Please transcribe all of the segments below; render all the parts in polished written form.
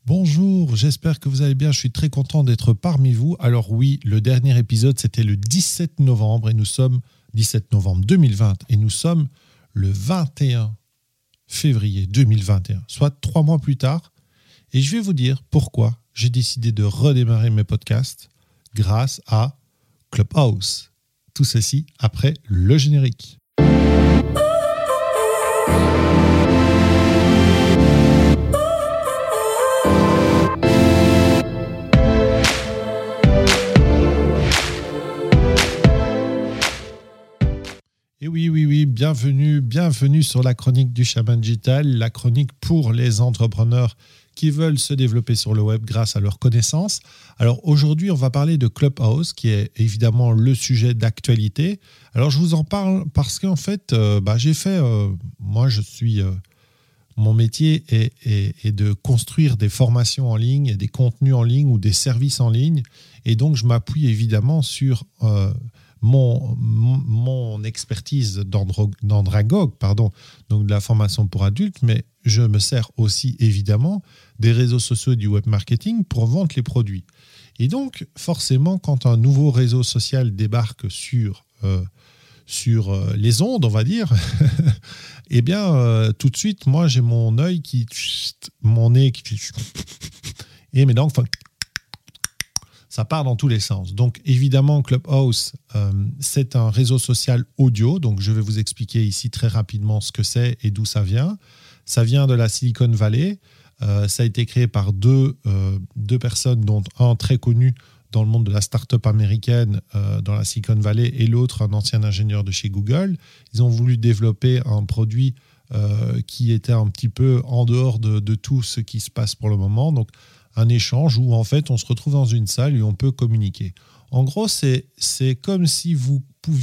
Bonjour, j'espère que vous allez bien. Je suis très content d'être parmi vous. Alors oui, le dernier épisode, c'était le 17 novembre 2020 et nous sommes le 21 février 2021, soit 3 mois plus tard. Et je vais vous dire pourquoi j'ai décidé de redémarrer mes podcasts grâce à Clubhouse. Tout ceci après le générique. Et oui, bienvenue sur la chronique du Chaman Digital, la chronique pour les entrepreneurs qui veulent se développer sur le web grâce à leurs connaissances. Alors aujourd'hui, on va parler de Clubhouse, qui est évidemment le sujet d'actualité. Alors je vous en parle parce qu'en fait, mon métier est de construire des formations en ligne et des contenus en ligne ou des services en ligne. Et donc, je m'appuie évidemment sur mon expertise d'andragogue, donc de la formation pour adultes, mais je me sers aussi évidemment des réseaux sociaux et du web marketing pour vendre les produits. Et donc, forcément, quand un nouveau réseau social débarque sur les ondes, on va dire, eh bien, tout de suite, moi, j'ai mon nez qui... Et mes dents... Ça part dans tous les sens. Donc, évidemment, Clubhouse, c'est un réseau social audio. Donc, je vais vous expliquer ici très rapidement ce que c'est et d'où ça vient. Ça vient de la Silicon Valley. Ça a été créé par deux personnes, dont un très connu dans le monde de la start-up américaine dans la Silicon Valley et l'autre un ancien ingénieur de chez Google. Ils ont voulu développer un produit qui était un petit peu en dehors de tout ce qui se passe pour le moment. Donc, un échange où en fait on se retrouve dans une salle et on peut communiquer. En gros, c'est comme si vous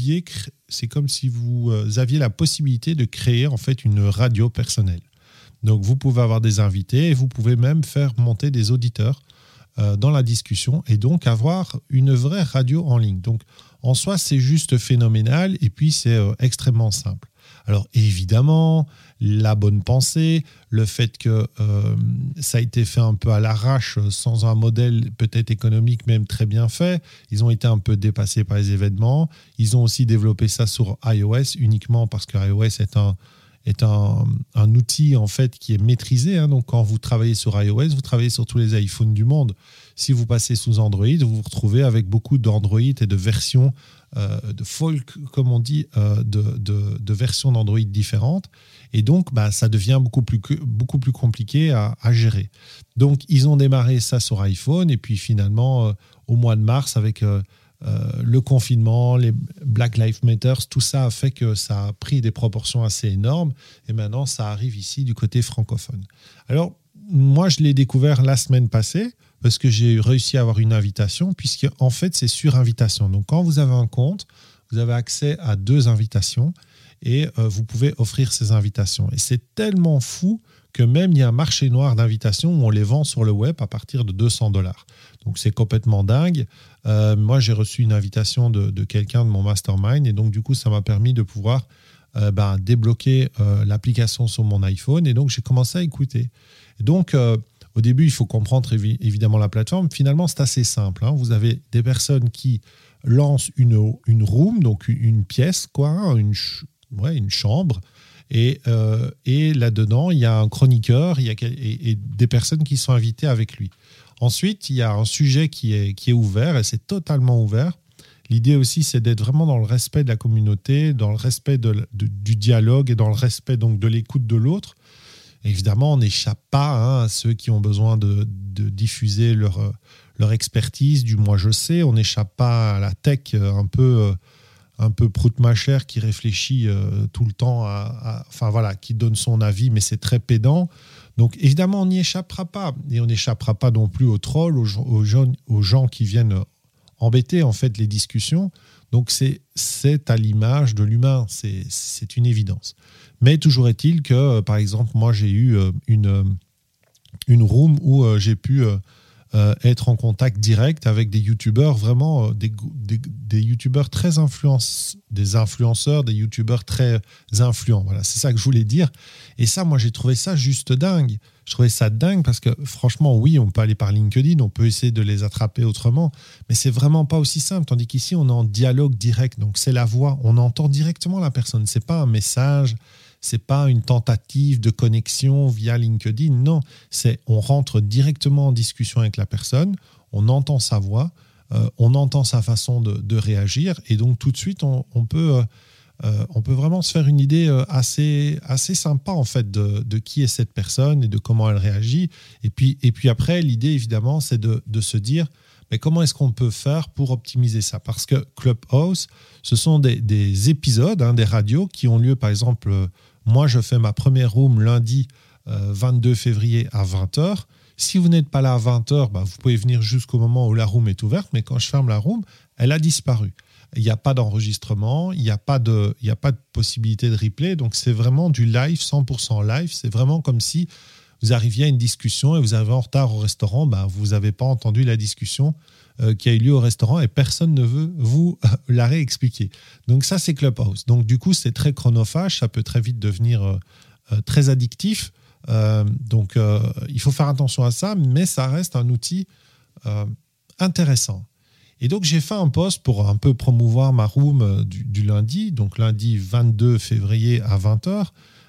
aviez la possibilité de créer en fait une radio personnelle. Donc vous pouvez avoir des invités et vous pouvez même faire monter des auditeurs dans la discussion et donc avoir une vraie radio en ligne. Donc en soi, c'est juste phénoménal et puis c'est extrêmement simple. Alors évidemment, la bonne pensée, le fait que ça a été fait un peu à l'arrache, sans un modèle peut-être économique même très bien fait. Ils ont été un peu dépassés par les événements. Ils ont aussi développé ça sur iOS uniquement parce que iOS est un outil en fait qui est maîtrisé. Donc quand vous travaillez sur iOS, vous travaillez sur tous les iPhones du monde. Si vous passez sous Android, vous vous retrouvez avec beaucoup d'Android et de versions de folk, comme on dit, de versions d'Android différentes. Et donc, ça devient beaucoup plus compliqué à gérer. Donc, ils ont démarré ça sur iPhone. Et puis, finalement, au mois de mars, avec le confinement, les Black Lives Matter, tout ça a fait que ça a pris des proportions assez énormes. Et maintenant, ça arrive ici du côté francophone. Alors, moi, je l'ai découvert la semaine passée parce que j'ai réussi à avoir une invitation, puisque en fait, c'est sur invitation. Donc, quand vous avez un compte, vous avez accès à 2 invitations et vous pouvez offrir ces invitations. Et c'est tellement fou que même il y a un marché noir d'invitations où on les vend sur le web à partir de $200. Donc, c'est complètement dingue. Moi, j'ai reçu une invitation de quelqu'un de mon mastermind et donc, du coup, ça m'a permis de pouvoir débloquer l'application sur mon iPhone et donc, j'ai commencé à écouter. Et donc, au début, il faut comprendre évidemment la plateforme. Finalement, c'est assez simple. Vous avez des personnes qui lancent une room, donc une pièce, une chambre. Et là-dedans, il y a un chroniqueur et des personnes qui sont invitées avec lui. Ensuite, il y a un sujet qui est ouvert et c'est totalement ouvert. L'idée aussi, c'est d'être vraiment dans le respect de la communauté, dans le respect du dialogue et dans le respect donc, de l'écoute de l'autre. Évidemment, on n'échappe pas à ceux qui ont besoin de diffuser leur expertise, du moi je sais. On n'échappe pas à la tech un peu prout-machère qui réfléchit tout le temps, qui donne son avis, mais c'est très pédant. Donc évidemment, on n'y échappera pas. Et on n'échappera pas non plus aux trolls, aux gens qui viennent embêter en fait les discussions. Donc c'est à l'image de l'humain, c'est une évidence. Mais toujours est-il que, par exemple, moi j'ai eu une room où j'ai pu être en contact direct avec des youtubeurs, vraiment des youtubeurs très des influenceurs, des youtubeurs très influents. Voilà, c'est ça que je voulais dire. Et ça, moi, j'ai trouvé ça juste dingue. Je trouvais ça dingue parce que franchement, oui, on peut aller par LinkedIn, on peut essayer de les attraper autrement, mais c'est vraiment pas aussi simple. Tandis qu'ici, on est en dialogue direct, donc c'est la voix, on entend directement la personne. C'est pas un message, c'est pas une tentative de connexion via LinkedIn. Non, on rentre directement en discussion avec la personne, on entend sa voix, on entend sa façon de réagir, et donc tout de suite, on peut vraiment se faire une idée assez sympa en fait de qui est cette personne et de comment elle réagit. Et puis après, l'idée évidemment, c'est de se dire mais comment est-ce qu'on peut faire pour optimiser ça? Parce que Clubhouse, ce sont des épisodes, des radios qui ont lieu, par exemple, moi je fais ma première room lundi 22 février à 20h. Si vous n'êtes pas là à 20h, vous pouvez venir jusqu'au moment où la room est ouverte, mais quand je ferme la room, elle a disparu. Il n'y a pas d'enregistrement, il n'y a pas de possibilité de replay, donc c'est vraiment du live, 100% live. C'est vraiment comme si vous arriviez à une discussion et vous arrivez en retard au restaurant, vous n'avez pas entendu la discussion qui a eu lieu au restaurant et personne ne veut vous la réexpliquer. Donc ça, c'est Clubhouse. Donc du coup, c'est très chronophage, ça peut très vite devenir très addictif. Donc il faut faire attention à ça, mais ça reste un outil intéressant. Et donc, j'ai fait un post pour un peu promouvoir ma room du lundi, donc lundi 22 février à 20h,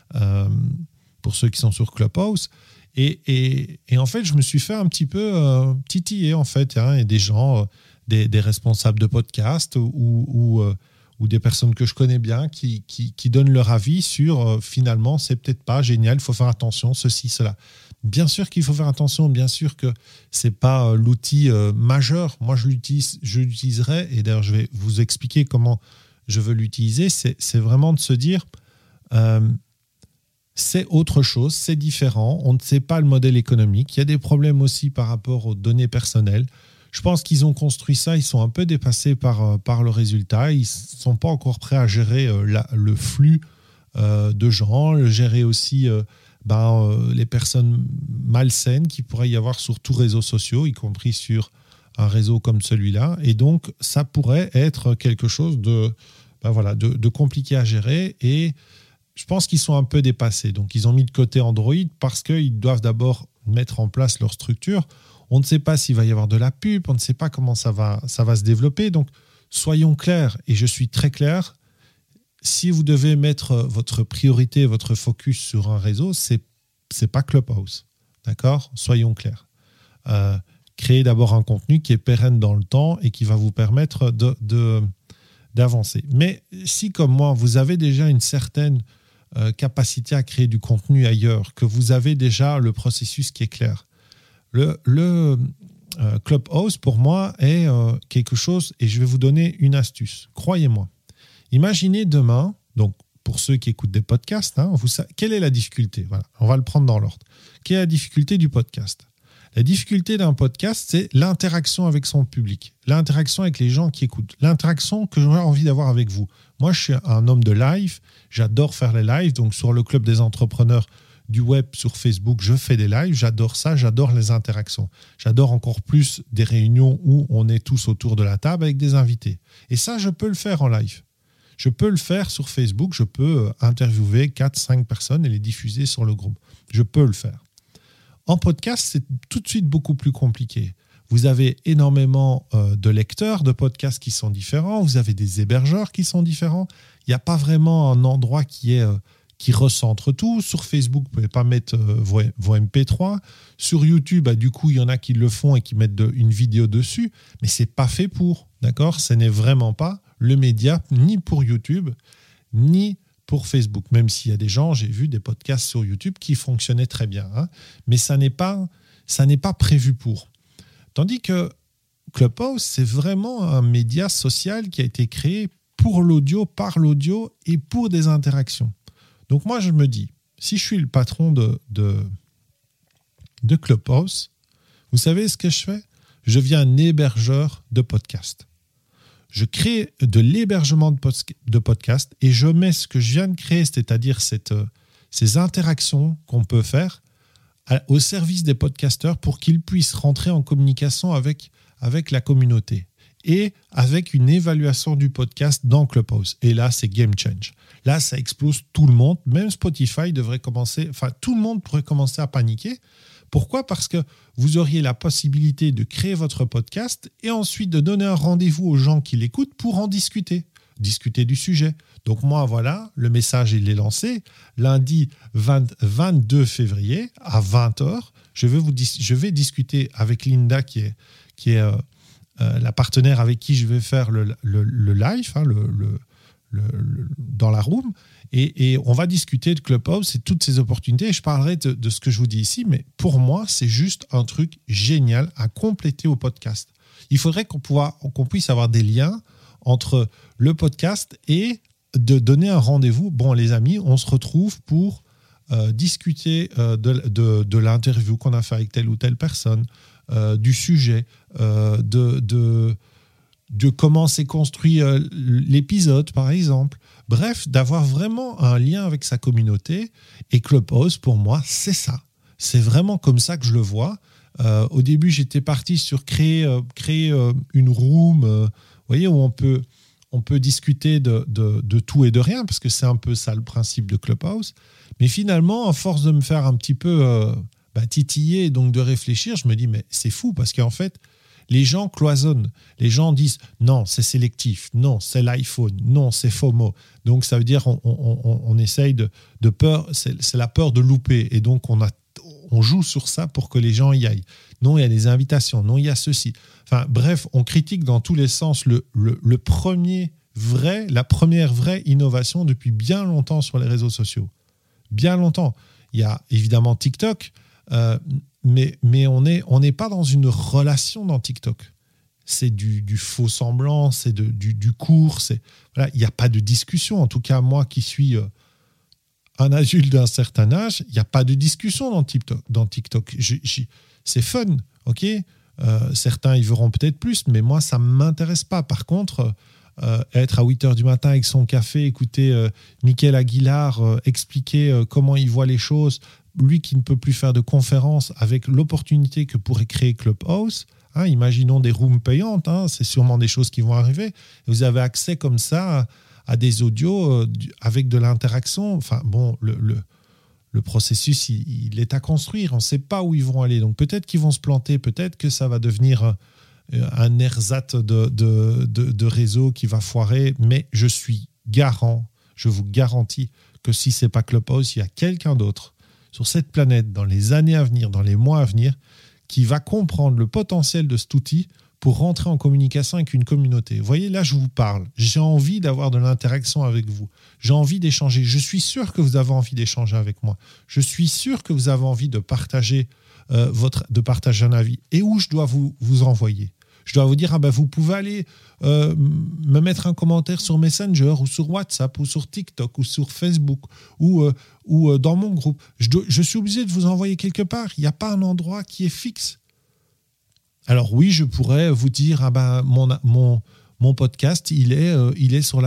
pour ceux qui sont sur Clubhouse. Et en fait, je me suis fait un petit peu titiller, en fait, et des gens, des responsables de podcast ou des personnes que je connais bien qui donnent leur avis sur, finalement, c'est peut-être pas génial, il faut faire attention, ceci, cela. Bien sûr qu'il faut faire attention, bien sûr que ce n'est pas l'outil majeur. Moi, je l'utiliserai, et d'ailleurs, je vais vous expliquer comment je veux l'utiliser. C'est vraiment de se dire, c'est autre chose, c'est différent, on ne sait pas le modèle économique. Il y a des problèmes aussi par rapport aux données personnelles. Je pense qu'ils ont construit ça, ils sont un peu dépassés par le résultat. Ils ne sont pas encore prêts à gérer le flux de gens, gérer aussi... les personnes malsaines qu'il pourrait y avoir sur tous réseaux sociaux, y compris sur un réseau comme celui-là. Et donc, ça pourrait être quelque chose de compliqué à gérer. Et je pense qu'ils sont un peu dépassés. Donc, ils ont mis de côté Android parce qu'ils doivent d'abord mettre en place leur structure. On ne sait pas s'il va y avoir de la pub, on ne sait pas comment ça va se développer. Donc, soyons clairs, et je suis très clair. Si vous devez mettre votre priorité, votre focus sur un réseau, c'est pas Clubhouse. D'accord ? Soyons clairs. Créez d'abord un contenu qui est pérenne dans le temps et qui va vous permettre d'avancer. Mais si, comme moi, vous avez déjà une certaine capacité à créer du contenu ailleurs, que vous avez déjà le processus qui est clair, le Clubhouse, pour moi, est quelque chose, et je vais vous donner une astuce. Croyez-moi. Imaginez demain, donc pour ceux qui écoutent des podcasts, quelle est la difficulté ? Voilà, on va le prendre dans l'ordre. Quelle est la difficulté du podcast ? La difficulté d'un podcast, c'est l'interaction avec son public, l'interaction avec les gens qui écoutent, l'interaction que j'aurais envie d'avoir avec vous. Moi, je suis un homme de live, j'adore faire les lives, donc sur le Club des entrepreneurs du web, sur Facebook, je fais des lives, j'adore ça, j'adore les interactions. J'adore encore plus des réunions où on est tous autour de la table avec des invités. Et ça, je peux le faire en live. Je peux le faire sur Facebook, je peux interviewer 4-5 personnes et les diffuser sur le groupe. Je peux le faire. En podcast, c'est tout de suite beaucoup plus compliqué. Vous avez énormément de lecteurs de podcasts qui sont différents, vous avez des hébergeurs qui sont différents. Il n'y a pas vraiment un endroit qui recentre tout. Sur Facebook, vous ne pouvez pas mettre vos MP3. Sur YouTube, du coup, il y en a qui le font et qui mettent une vidéo dessus, mais ce n'est pas fait pour. D'accord ? Ce n'est vraiment pas le média, ni pour YouTube, ni pour Facebook. Même s'il y a des gens, j'ai vu des podcasts sur YouTube qui fonctionnaient très bien. Mais ça n'est pas prévu pour. Tandis que Clubhouse, c'est vraiment un média social qui a été créé pour l'audio, par l'audio et pour des interactions. Donc moi, je me dis, si je suis le patron de Clubhouse, vous savez ce que je fais ? Je deviens un hébergeur de podcasts. Je crée de l'hébergement de podcasts et je mets ce que je viens de créer, c'est-à-dire ces interactions qu'on peut faire au service des podcasteurs pour qu'ils puissent rentrer en communication avec la communauté et avec une évaluation du podcast dans Clubhouse. Et là, c'est game change. Là, ça explose tout le monde. Même Spotify devrait commencer, tout le monde pourrait commencer à paniquer. Pourquoi ? Parce que vous auriez la possibilité de créer votre podcast et ensuite de donner un rendez-vous aux gens qui l'écoutent pour en discuter du sujet. Donc moi, voilà, le message, il est lancé. Lundi 22 février à 20h, je vais discuter avec Linda qui est la partenaire avec qui je vais faire le live, dans la room, et on va discuter de Clubhouse et toutes ces opportunités, et je parlerai de ce que je vous dis ici, mais pour moi, c'est juste un truc génial à compléter au podcast. Il faudrait qu'on puisse avoir des liens entre le podcast et de donner un rendez-vous. Bon, les amis, on se retrouve pour discuter de l'interview qu'on a fait avec telle ou telle personne, du sujet, de comment s'est construit l'épisode, par exemple. Bref, d'avoir vraiment un lien avec sa communauté. Et Clubhouse, pour moi, c'est ça. C'est vraiment comme ça que je le vois. Au début, j'étais parti sur créer une room, vous voyez, où on peut discuter de tout et de rien, parce que c'est un peu ça le principe de Clubhouse. Mais finalement, à force de me faire un petit peu titiller, donc de réfléchir, je me dis, mais c'est fou, parce qu'en fait, les gens cloisonnent. Les gens disent, non, c'est sélectif, non, c'est l'iPhone, non, c'est FOMO. Donc, ça veut dire on essaye de peur, c'est la peur de louper. Et donc, on joue sur ça pour que les gens y aillent. Non, il y a des invitations, non, il y a ceci. Enfin, bref, on critique dans tous les sens la première vraie innovation depuis bien longtemps sur les réseaux sociaux. Bien longtemps. Il y a évidemment TikTok, mais on n'est pas dans une relation dans TikTok. C'est du faux semblant, c'est du court. Voilà, il n'y a pas de discussion. En tout cas, moi qui suis un adulte d'un certain âge, il n'y a pas de discussion dans TikTok. C'est fun, ok ? Certains y verront peut-être plus, mais moi, ça ne m'intéresse pas. Par contre, être à 8h du matin avec son café, écouter Michael Aguilar expliquer comment il voit les choses, lui qui ne peut plus faire de conférences, avec l'opportunité que pourrait créer Clubhouse, imaginons des rooms payantes, c'est sûrement des choses qui vont arriver. Vous avez accès comme ça à des audios avec de l'interaction. Enfin, bon, le processus, il est à construire. On ne sait pas où ils vont aller. Donc, peut-être qu'ils vont se planter. Peut-être que ça va devenir un ersatz de réseau qui va foirer. Mais je vous garantis que si ce n'est pas Clubhouse, il y a quelqu'un d'autre sur cette planète, dans les années à venir, dans les mois à venir, qui va comprendre le potentiel de cet outil pour rentrer en communication avec une communauté. Vous voyez, là, je vous parle. J'ai envie d'avoir de l'interaction avec vous. J'ai envie d'échanger. Je suis sûr que vous avez envie d'échanger avec moi. Je suis sûr que vous avez envie de partager, un avis. Et où je dois vous envoyer ? Je dois vous dire, vous pouvez aller me mettre un commentaire sur Messenger ou sur WhatsApp ou sur TikTok ou sur Facebook ou dans mon groupe. Je suis obligé de vous envoyer quelque part. Il n'y a pas un endroit qui est fixe. Alors oui, je pourrais vous dire, mon podcast, il est sur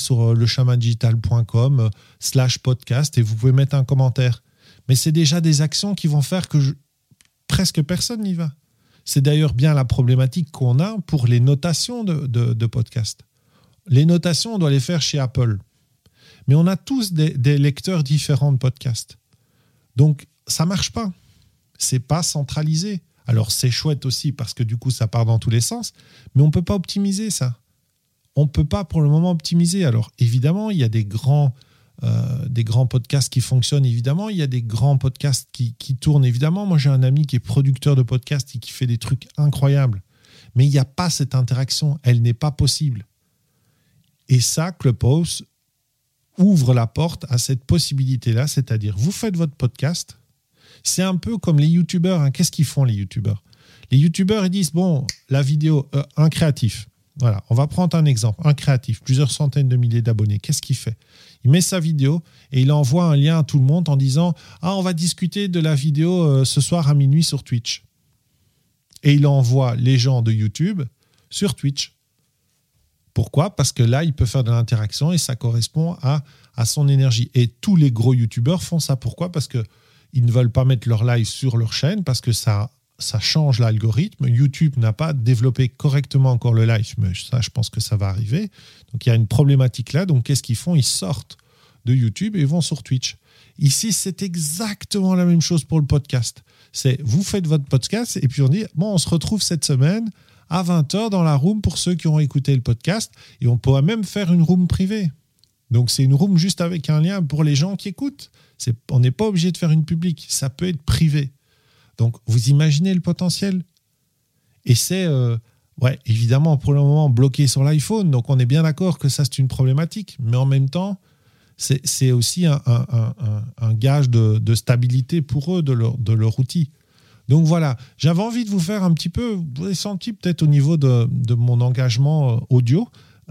lechamadigital.com/podcast et vous pouvez mettre un commentaire. Mais c'est déjà des actions qui vont faire que presque personne n'y va. C'est d'ailleurs bien la problématique qu'on a pour les notations de podcast. Les notations, on doit les faire chez Apple. Mais on a tous des lecteurs différents de podcasts. Donc, ça ne marche pas. Ce n'est pas centralisé. Alors, c'est chouette aussi parce que du coup, ça part dans tous les sens. Mais on ne peut pas optimiser ça. On ne peut pas pour le moment optimiser. Alors, évidemment, il y a des grands podcasts qui fonctionnent, évidemment. Il y a des grands podcasts qui tournent, évidemment. Moi, j'ai un ami qui est producteur de podcasts et qui fait des trucs incroyables. Mais il n'y a pas cette interaction. Elle n'est pas possible. Et ça, Clubhouse ouvre la porte à cette possibilité-là. C'est-à-dire, vous faites votre podcast. C'est un peu comme les youtubeurs. Qu'est-ce qu'ils font, les youtubeurs ? Les youtubeurs, ils disent, bon, la vidéo, un créatif. Voilà, on va prendre un exemple. Un créatif, plusieurs centaines de milliers d'abonnés. Qu'est-ce qu'il fait ? Il met sa vidéo et il envoie un lien à tout le monde en disant « Ah, on va discuter de la vidéo ce soir à minuit sur Twitch. » Et il envoie les gens de YouTube sur Twitch. Pourquoi ? Parce que là, il peut faire de l'interaction et ça correspond à son énergie. Et tous les gros YouTubeurs font ça. Pourquoi ? Parce que ils ne veulent pas mettre leur live sur leur chaîne parce que ça change l'algorithme. YouTube n'a pas développé correctement encore le live, mais ça, je pense que ça va arriver. Donc, il y a une problématique là. Donc, qu'est-ce qu'ils font? Ils sortent de YouTube et ils vont sur Twitch. Ici, c'est exactement la même chose pour le podcast. Vous faites votre podcast et puis on dit, bon, on se retrouve cette semaine à 20h dans la room pour ceux qui ont écouté le podcast et on pourra même faire une room privée. Donc, c'est une room juste avec un lien pour les gens qui écoutent. On n'est pas obligé de faire une publique. Ça peut être privé. Donc, vous imaginez le potentiel? Et c'est, évidemment, pour le moment, bloqué sur l'iPhone. Donc, on est bien d'accord que ça, c'est une problématique. Mais en même temps, c'est aussi un gage de stabilité pour eux, de leur outil. Donc, voilà. J'avais envie de vous faire un petit peu, vous avez senti peut-être au niveau de mon engagement audio,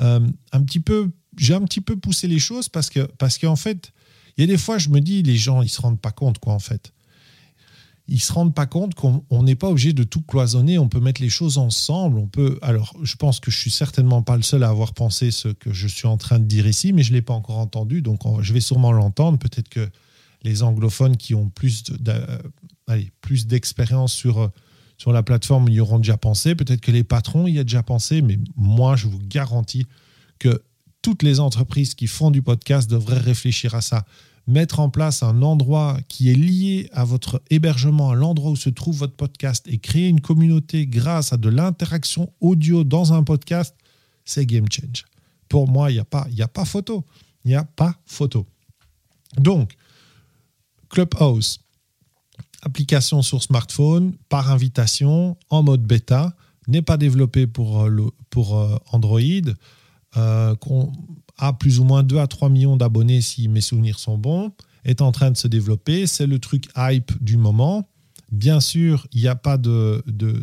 j'ai un petit peu poussé les choses parce qu'en fait, il y a des fois, je me dis, les gens, ils ne se rendent pas compte, quoi, en fait. Ils ne se rendent pas compte qu'on n'est pas obligé de tout cloisonner, on peut mettre les choses ensemble. Alors, je pense que je ne suis certainement pas le seul à avoir pensé ce que je suis en train de dire ici, mais je ne l'ai pas encore entendu, donc je vais sûrement l'entendre. Peut-être que les anglophones qui ont plus d'expérience sur la plateforme y auront déjà pensé. Peut-être que les patrons y ont déjà pensé, mais moi, je vous garantis que toutes les entreprises qui font du podcast devraient réfléchir à ça. Mettre en place un endroit qui est lié à votre hébergement, à l'endroit où se trouve votre podcast et créer une communauté grâce à de l'interaction audio dans un podcast, c'est game change. Pour moi, il n'y a pas photo. Il n'y a pas photo. Donc, Clubhouse, application sur smartphone, par invitation, en mode bêta, n'est pas développé pour Android, qu'on a plus ou moins 2 à 3 millions d'abonnés si mes souvenirs sont bons, est en train de se développer. C'est le truc hype du moment. Bien sûr, il n'y a pas de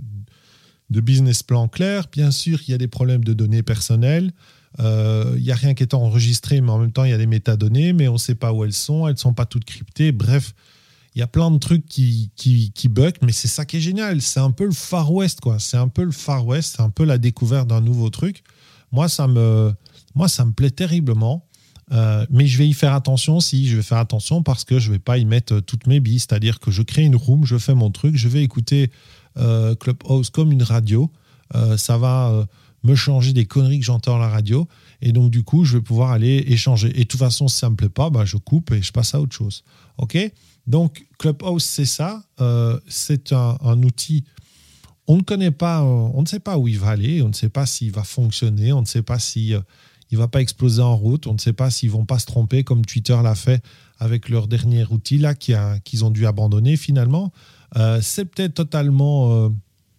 business plan clair. Bien sûr, il y a des problèmes de données personnelles. Il n'y a rien qui est enregistré, mais en même temps, il y a des métadonnées, mais on ne sait pas où elles ne sont pas toutes cryptées. Bref, il y a plein de trucs qui bug, mais c'est ça qui est génial. C'est un peu le Far West, quoi. C'est un peu le Far West, c'est un peu la découverte d'un nouveau truc. Moi, ça me plaît terriblement, mais je vais y faire attention parce que je ne vais pas y mettre toutes mes billes. C'est-à-dire que je crée une room, je fais mon truc, je vais écouter Clubhouse comme une radio. Ça va me changer des conneries que j'entends à la radio. Et donc, du coup, je vais pouvoir aller échanger. Et de toute façon, si ça ne me plaît pas, je coupe et je passe à autre chose. OK ? Donc, Clubhouse, c'est ça. C'est un outil. On ne connaît pas, on ne sait pas où il va aller, on ne sait pas s'il va fonctionner, on ne sait pas s'il ne va pas exploser en route, on ne sait pas s'ils ne vont pas se tromper comme Twitter l'a fait avec leur dernier outil là qu'ils ont dû abandonner finalement. C'est peut-être totalement...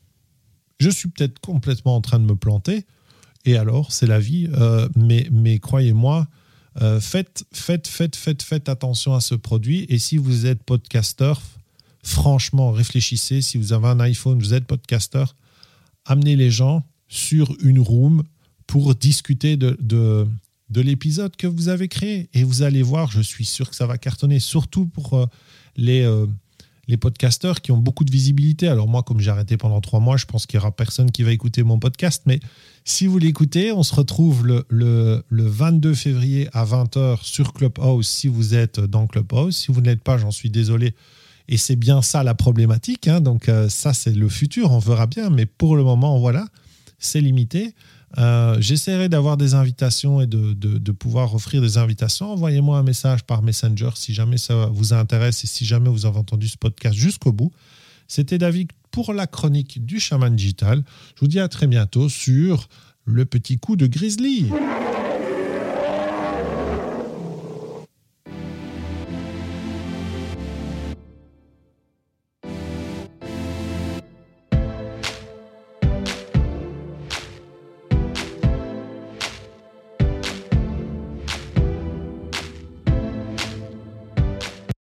je suis peut-être complètement en train de me planter, et alors, c'est la vie. Mais croyez-moi, faites attention à ce produit, et si vous êtes podcasteur, franchement, réfléchissez. Si vous avez un iPhone, vous êtes podcasteur, amenez les gens sur une room pour discuter de l'épisode que vous avez créé. Et vous allez voir, je suis sûr que ça va cartonner, surtout pour les podcasteurs qui ont beaucoup de visibilité. Alors moi, comme j'ai arrêté pendant 3 mois, je pense qu'il n'y aura personne qui va écouter mon podcast. Mais si vous l'écoutez, on se retrouve le 22 février à 20h sur Clubhouse si vous êtes dans Clubhouse. Si vous ne l'êtes pas, j'en suis désolé. Et c'est bien ça la problématique, hein. Donc ça, c'est le futur, on verra bien. Mais pour le moment, voilà, c'est limité. J'essaierai d'avoir des invitations et de pouvoir offrir des invitations. Envoyez-moi un message par Messenger si jamais ça vous intéresse et si jamais vous avez entendu ce podcast jusqu'au bout. C'était David pour la chronique du Chaman Digital. Je vous dis à très bientôt sur le petit coup de Grizzly.